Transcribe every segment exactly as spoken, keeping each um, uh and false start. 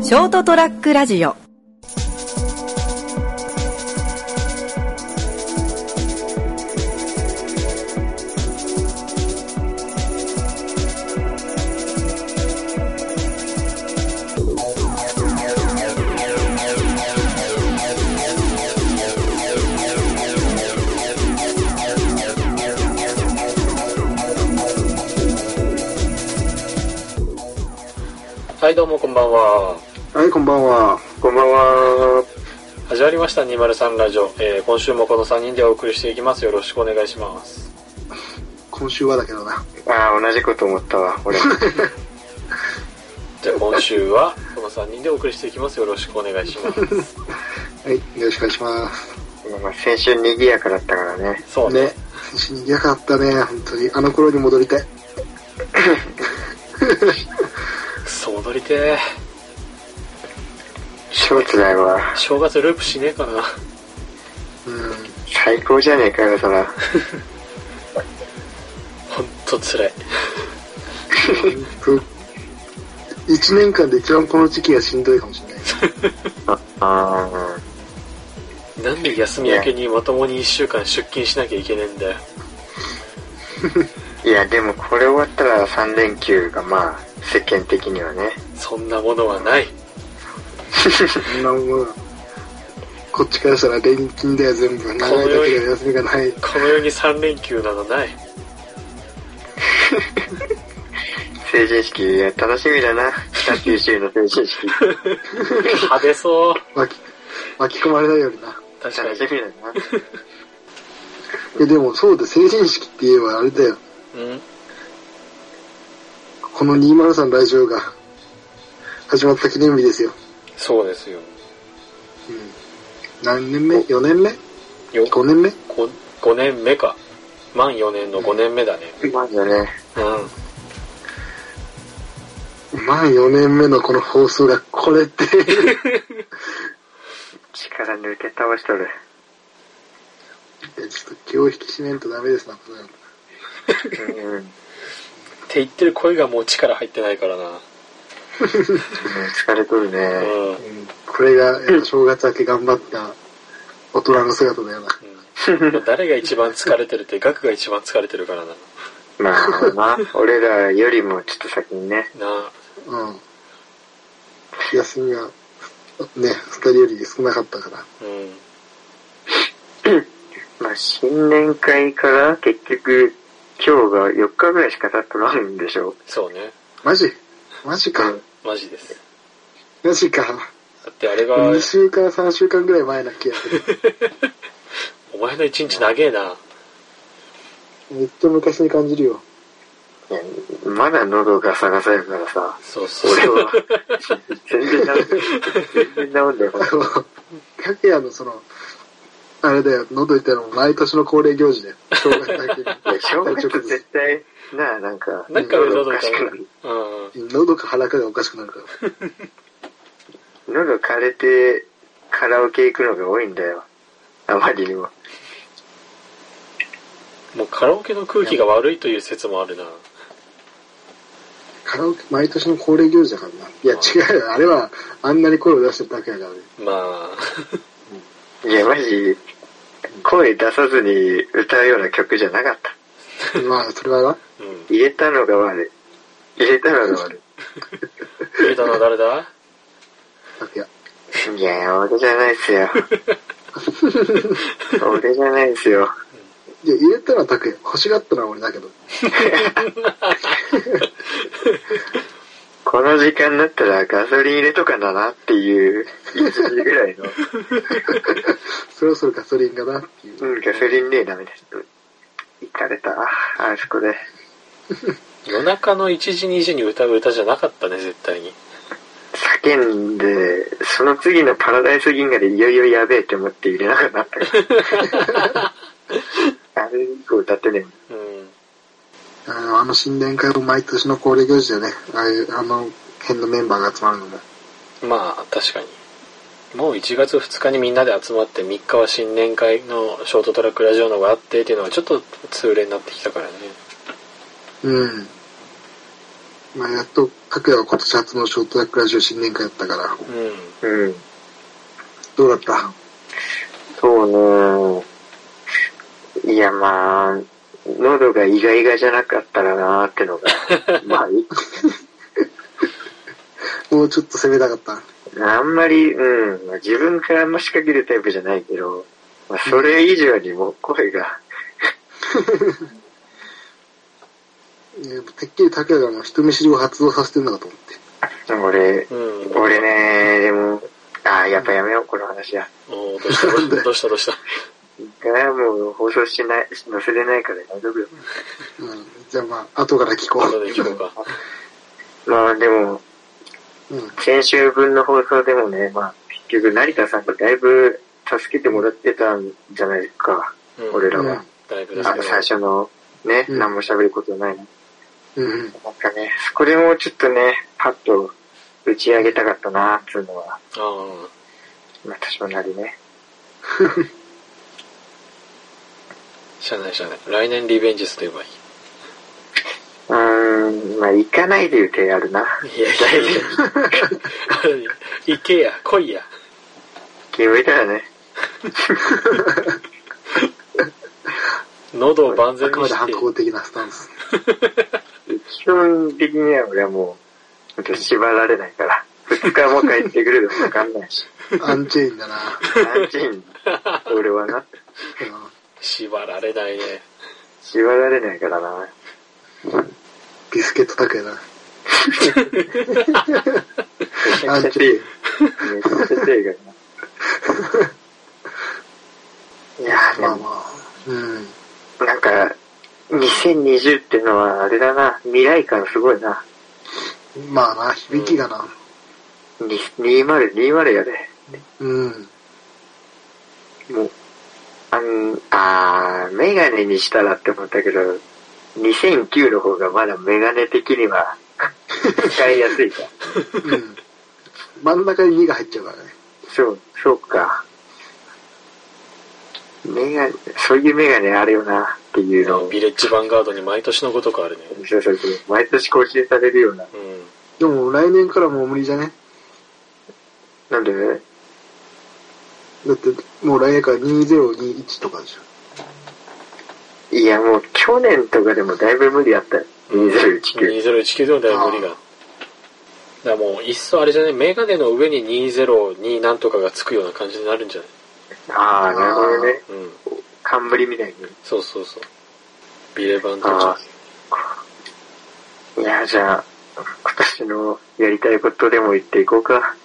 ショートトラックラジオ。 はい、どうもこんばんは。 はい、こんばんは。 こんばんは。 始まりましたにまるさんラジオ、えー、今週もこのさんにんでお送りしていきます。よろしくお願いします。 今週はだけどな。 ああ、同じこと思ったわ、俺。 じゃあ今週はこのさんにんでお送りしていきます。よろしくお願いします。 はい、よろしくお願いします。 まあ、先週賑やかだったからね。 そうね。ね、 先週賑やかだったね、本当に。あの頃に戻りたい。 くそ戻りてー。 超辛いわ。 正月ループしねえかな。 うん。 最高じゃねえかよ、そら。 ほんと辛い。 一年間で一番この時期がしんどいかもしれない。 ああ。 なんで休み明けにまともにいっしゅうかん出勤しなきゃいけねえんだよ。 いや、でもこれ終わったらさん連休がまあ、世間的にはね。 そんなものはない。 そんなものは。こっちからしたら連勤だよ、全部。長いだけで休みがない。 この世にさん連休などない。 成人式、いや、楽しみだな。北九州の成人式。 派手そう。 巻き、巻き込まれないようにな。 確かに。楽しみだな。 え、でもそうだ、成人式って言えばあれだよ。 うんこのにまるさんラジオが始まった記念日ですよ。 そうですよ。 うん。何年目 ?よ 年目 ?ご 年目 5, 5年目か。満よねんのごねんめだね。 まだね。 うん。 満よねんめのこの放送がこれって。 力抜け倒しとる。 いや、ちょっと気を引き締めんとダメですな、これ。 うん。 って言ってる声がもう力入ってないからな。 疲れとるね。 うんうん、これがやっぱ正月明け頑張った大人の姿だよな。 うん、誰が一番疲れてるってガクが一番疲れてるからな。 まあな、俺らよりもちょっと先にね。 なあ。 うん。休みがね、二人より少なかったから。 うん。 まあ新年会から結局今日がよっかぐらいしか経っとらんでしょ。 そうね。 マジマジか。 マジです。 マジか。 だってあれがにしゅうかんさんしゅうかんぐらい前な気がする。 お前の一日長えな。 めっちゃ昔に感じるよ。 いや、まだ喉がガサガサやからさ。 そうそう。 俺は全然治んだよ。全然治んだよ。 かけやのそのあれだよ、喉痛いのも毎年の恒例行事だよ。正月だけに。いや、 正月絶対なあ、なんかなんか喉おかしくなる。 うん。喉か腹かがおかしくなるから。 喉枯れてカラオケ行くのが多いんだよ。あまりにも。 もうカラオケの空気が悪いという説もあるな。 カラオケ毎年の恒例行事だからな。いや違うよ、あれはあんなに声を出してるだけだからね。 まあ。いやマジ声出さずに歌うような曲じゃなかった。 まあそれはな。 うん、入れたのが悪い。入れたのが悪い。 入れたのは誰だ？ いや。 いや俺じゃないっすよ。俺じゃないっすよ。 いや、入れたのは拓也。欲しがったのは俺だけど。 この時間になったらガソリン入れとかだなっていういちじぐらいの。 そろそろガソリンがなっていう。 うん、ガソリンねえダメです。行かれた。あそこで。 夜中のいちじにじに歌う歌じゃなかったね、絶対に。 叫んで、その次のパラダイス銀河でいよいよやべえって思って入れなくなったから。あれ以降歌ってねえ。 うん。 あの、あの新年会も毎年の恒例行事だよね。ああいう、あの辺のメンバーが集まるのも。 まあ、確かに。もういちがつふつかにみんなで集まってみっかは新年会のショートトラックラジオのがあってっていうのはちょっと通例になってきたからね。 うん。 まあ、やっと、拓也は今年初のショートトラックラジオ新年会だったから。 うん。 うん。 どうだった？ そうね。いや、まあ、喉がイガイガじゃなかったらなーってのが、まあいい。 もうちょっと攻めたかった。 あんまり、うん、まあ、自分からあんま仕掛けるタイプじゃないけど、まあ、それ以上にも声が。 いや、てっきり拓也がもう人見知りを発動させてんのかと思って。 俺、 うん、 俺ね、でも、ああ、やっぱやめよう、この話は。 おー、どうしたどうしたどうした。 がもう放送しない、載せれないから大丈夫よ。 うん、じゃあまあ、後から聞こう。 後で聞こうか。 まあでも、うん、先週分の放送でもね、まあ結局成田さんがだいぶ助けてもらってたんじゃないか、うん、俺らは。うん、 だいぶあ最初のね、うん、何も喋ることないの。うん、なんかね、そこでもうちょっとね、パッと打ち上げたかったな、つうのは。ああ。まあ多少なりね。 しゃあないしゃあない。来年リベンジスと言えばいい。 うーん、まあ行かないでいう手あるな。いやいやいや。 行けや、来いや。 決めたらね。 喉を万全にして。 あくまで反抗的なスタンス。 基本的には俺はもう、縛られないから。二日も帰ってくるのもわかんないし。 アンチェインだな。 アンチェイン。俺はな。 縛られないね。 縛られないからな。 ビスケット拓也だ。 アンチェイン。めっちゃ手がな。いやー、まあまあ。うん。なんか、にせんにじゅうってのはあれだな。未来感すごいな。 まあな、響きがな。 うん、にせんにじゅうやで。 うん。 もう、あん、あー、メガネにしたらって思ったけど、にせんきゅうの方がまだメガネ的には使いやすいか。 うん。真ん中ににが入っちゃうからね。 そう、そうか。メガネ、そういうメガネあるよなっていうのを。 ビレッジヴァンガードに毎年のごとくあるね。 そうそうそう。毎年更新されるような。うん。 でも来年からもう無理じゃね？ なんでね？ だってもう来年からにせんにじゅういちとかでしょ。いやもう去年とかでもだいぶ無理あったよ。にせんじゅういちきゅう。 にせんじゅういちきゅうでもだいぶ無理が。だからもういっそあれじゃね、メガネの上ににせんになんとかがつくような感じになるんじゃない？ ああ、なるほどね。うん。冠みたいに。 そうそうそう。ビレバンとか。 いや、じゃあ、今年のやりたいことでも言っていこうか。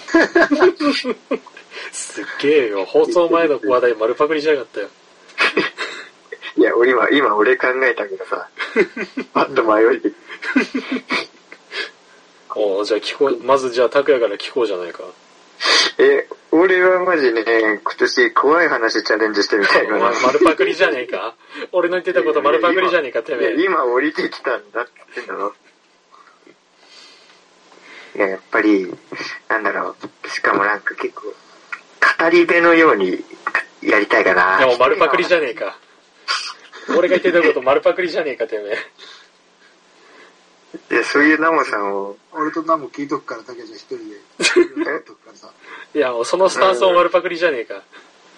すっげえよ。放送前の話題丸パクリしやがったよ。 いや、俺今、今俺考えたけどさ、パッと迷いて。 おじゃあ聞こう、まずじゃあ拓也から聞こうじゃないか。 え、俺はマジね、今年怖い話チャレンジしてみたいかな。 丸パクリじゃねえか。俺の言ってたこと丸パクリじゃねえか、てめえ。 今降りてきたんだって言ってんだろ。いや、やっぱり、なんだろう。しかもなんか結構、語り部のようにやりたいかな。 でも丸パクリじゃねえか。俺が言ってたこと丸パクリじゃねえか、てめえ。 いや、そういうナモさんを。 俺とナモ聞いとくから、だけじゃ一人で。聞いとくからさ。 いや、もうそのスタンスも丸パクリじゃねえか。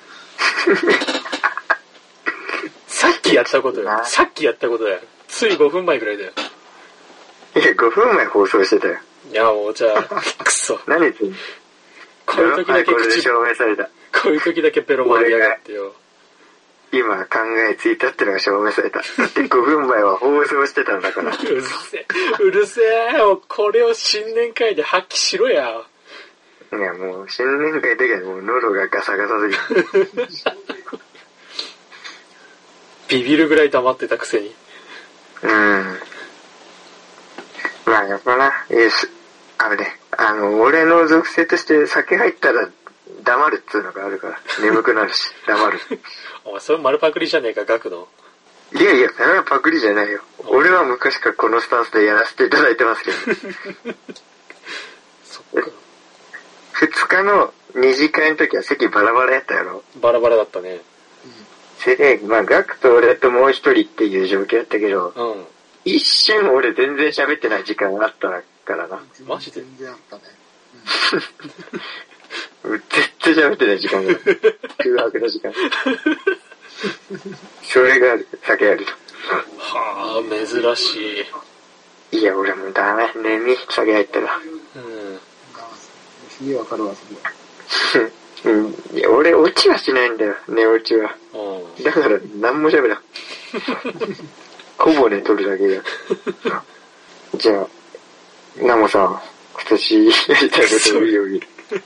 さっきやったことよ。さっきやったことだよ。ついごふんまえくらいだよ。 いや、ごふんまえ放送してたよ。 いや、もうじゃあ、くそ。 何言ってんの？ こういう時だけ口、 これで証明された。 こういう時だけペロ回りやがってよ。 今考えついたってのが証明された。だってごふんまえは放送してたんだから。 うるせえ。うるせえ。これを新年会で発揮しろや。 いや、もう新年会だけどもう喉がガサガサすぎる。 ビビるぐらい黙ってたくせに。 うん。まあやっぱな、えー、あれね、あの、俺の属性として酒入ったら黙るっつうのがあるから、眠くなるし、黙る。 お前、それ丸パクリじゃねえか、ガクの。 いやいや、それはパクリじゃないよ。俺は昔からこのスタンスでやらせていただいてますけど。 そっか。 二日の二次会の時は席バラバラやったやろ。 バラバラだったね。 それで、まあ、ガクと俺ともう一人っていう状況やったけど、 一瞬俺全然喋ってない時間があったからな。 マジで全然あったね。 うん、絶対喋ってない時間があった。空白の時間。それが酒あると。 はぁ、珍しい。 いや、俺もうダメ。眠い。酒入ったら。 うん。 すげえわかるわ、それ。 うん。いや、俺落ちはしないんだよ。寝落ちは。 うん。 だから何も喋らん。小骨取るだけだ。じゃあ、ナモさん、今年やりたいことをいいよ、いい。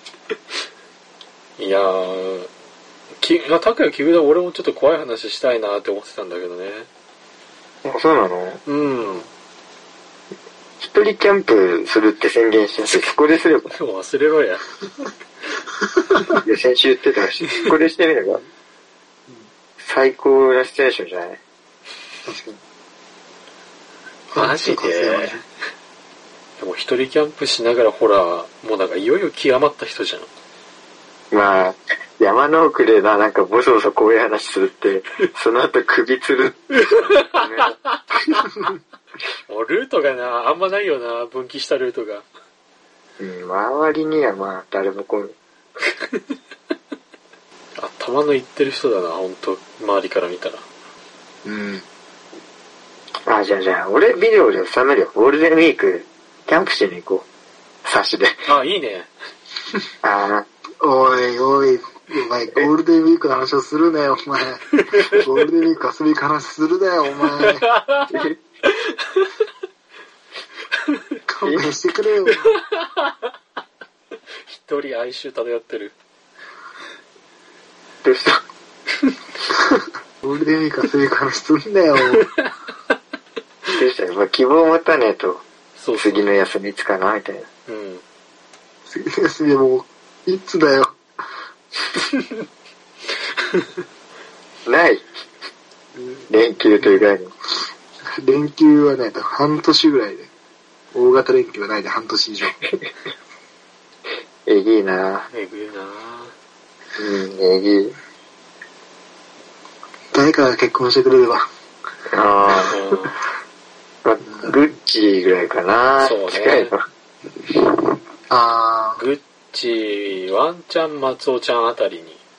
いやー、き、まあ、拓也聞くと俺もちょっと怖い話したいなって思ってたんだけどね。 あ、そうなの？ うん。 一人キャンプするって宣言しなくて、そこですれば。 でも忘れろや。 いや、先週言ってたし、そこでしてみれば、最高なシチュエーションじゃない？ 確かに。 マジで？でも一人キャンプしながらほら、もうなんかいよいよ極まった人じゃん。 まあ、山の奥でな、なんかボソボソこういう話するって、その後首つる。 もうルートがな、あんまないよな、分岐したルートが。 うん、周りにはまあ、誰も来ん。 頭のいってる人だな、ほんと、周りから見たら。 うん。 あ、じゃあじゃあ、俺ビデオで収めるよ。ゴールデンウィーク、キャンプしに行こう。差しで。 あ、いいね。 あおいおい、お前、ゴールデンウィークの話をするなよ、お前。ゴールデンウィーク遊び行く話するなよ、お前。勘弁してくれよ。 一人哀愁漂ってる。 どうしたゴールデンウィーク遊び行く話すんなよ。 どうしたまあ、希望を持たねえと、 そうそう。 次の休みいつかな、みたいな。 うん。 次の休みもう、いつだよ。 ない。連休という概念。 連休はね、半年ぐらいで。大型連休はないで半年以上。 えぎいなえぐいなうん、えぎい。 誰かが結婚してくれれば。 ああ。まあ、グッチぐらいかな。 そうね。 近いの。 あー。 グッチ、ワンチャン松尾ちゃんあたりに。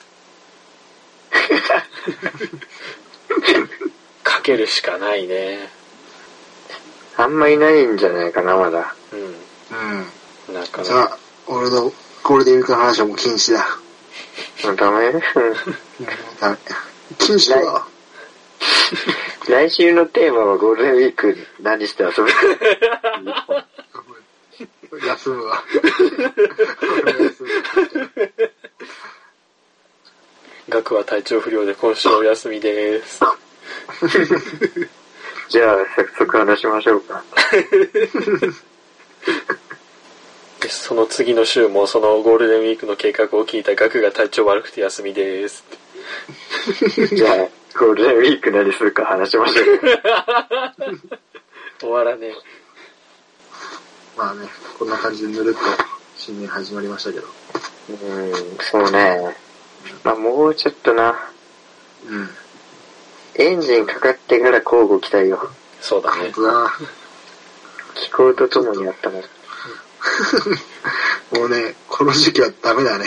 かけるしかないね。 あんまいないんじゃないかな、まだ。 うん。 うん。 なかなか。 じゃあ、俺のゴールデンウィークの話はもう禁止だ。 もうダメダメ。禁止だわ。 来週のテーマはゴールデンウィーク何して遊ぶ休むわ。 ガクは体調不良で今週お休みです。 じゃあ、早速話しましょうか。 でその次の週もそのゴールデンウィークの計画を聞いたガクが体調悪くて休みです。 じゃあ、ゴールデンウィーク何するか話しましょう。 終わらねえ。 まあね、こんな感じでぬるっと新年始まりましたけど。 うーん、そうね。まあもうちょっとな。 うん。 エンジンかかってから交互期待よ。 そうだね。 本当だ。 気候とともにあったの。 もうね、この時期はダメだね。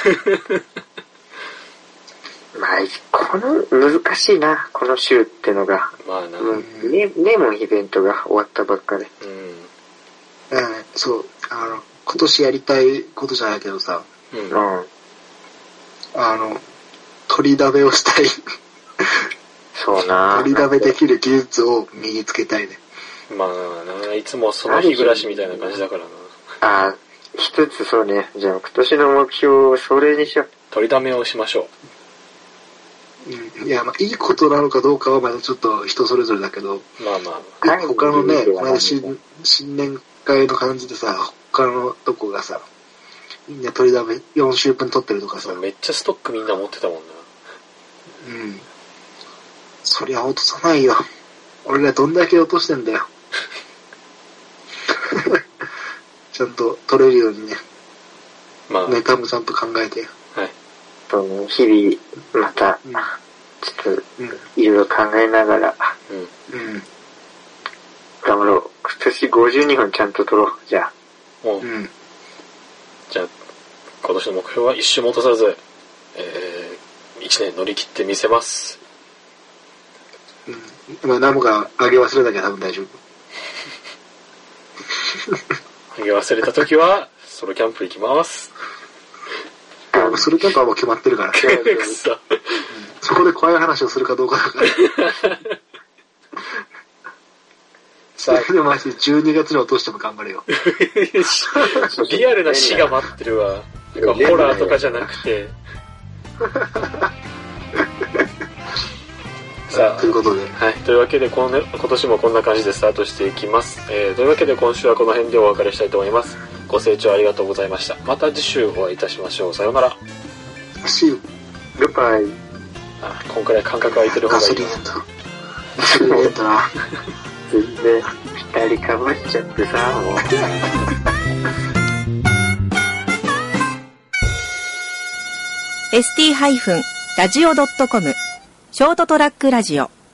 まあ、この、難しいな、この週ってのが。 まあな。 うん、ね、ネモンイベントが終わったばっかで。 うん。 だからね、そう、あの、今年やりたいことじゃないけどさ、 うん。 うん。 あの、取りだめをしたい。 そうな。 取りだめできる技術を身につけたいね。 まあな、いつもその日暮らしみたいな感じだからな。 ああ、一つそうね。じゃあ今年の目標をそれにしよう。 取りだめをしましょうん、いや、まあ、いいことなのかどうかはまだちょっと人それぞれだけど、 う。まあまあ。 はい他のね、 いいことはまだ新新年会の感じでさ、他のとこがさ、みんな取りだめよん週分取ってるとかさ、 めっちゃストックみんな持ってたもんな。 うん。そりゃ落とさないよ。俺らどんだけ落としてんだよ。ちゃんと取れるようにね、 まあ。 ネタもちゃんと考えて。 はい。 と日々、また、 うん、 ちょっと、 うん、 いろいろ考えながら、 うん。 うん。 年ごじゅうにほんちゃんと撮ろう。じゃあ。 もう、 うん。 じゃあ、今年の目標は一周も落とさず、えー、一年乗り切ってみせます。 うん。今何もかあげ忘れたけど多分大丈夫。 あげ忘れた時は、ソロキャンプ行きます。 ソロキャンプはもう決まってるから。 くそ。 うん、そこで怖い話をするかどうかだから。それでマジでじゅうにがつに落としても頑張れよ。 リアルな死が待ってるわ。なんかホラーとかじゃなくて。さあ、 ということで。 はい。というわけで、このね、今年もこんな感じでスタートしていきます。えー、というわけで今週はこの辺でお別れしたいと思います。ご清聴ありがとうございました。また次週お会いいたしましょう。さようなら。 See you. Goodbye. あ、こんくらい間隔空いてる方がいい。 ガソリンエンド。ガソリンエンドな。 全然、二人かぶっちゃってさ、もう。 エスティー ラジオ ドットコム ショートトラックラジオ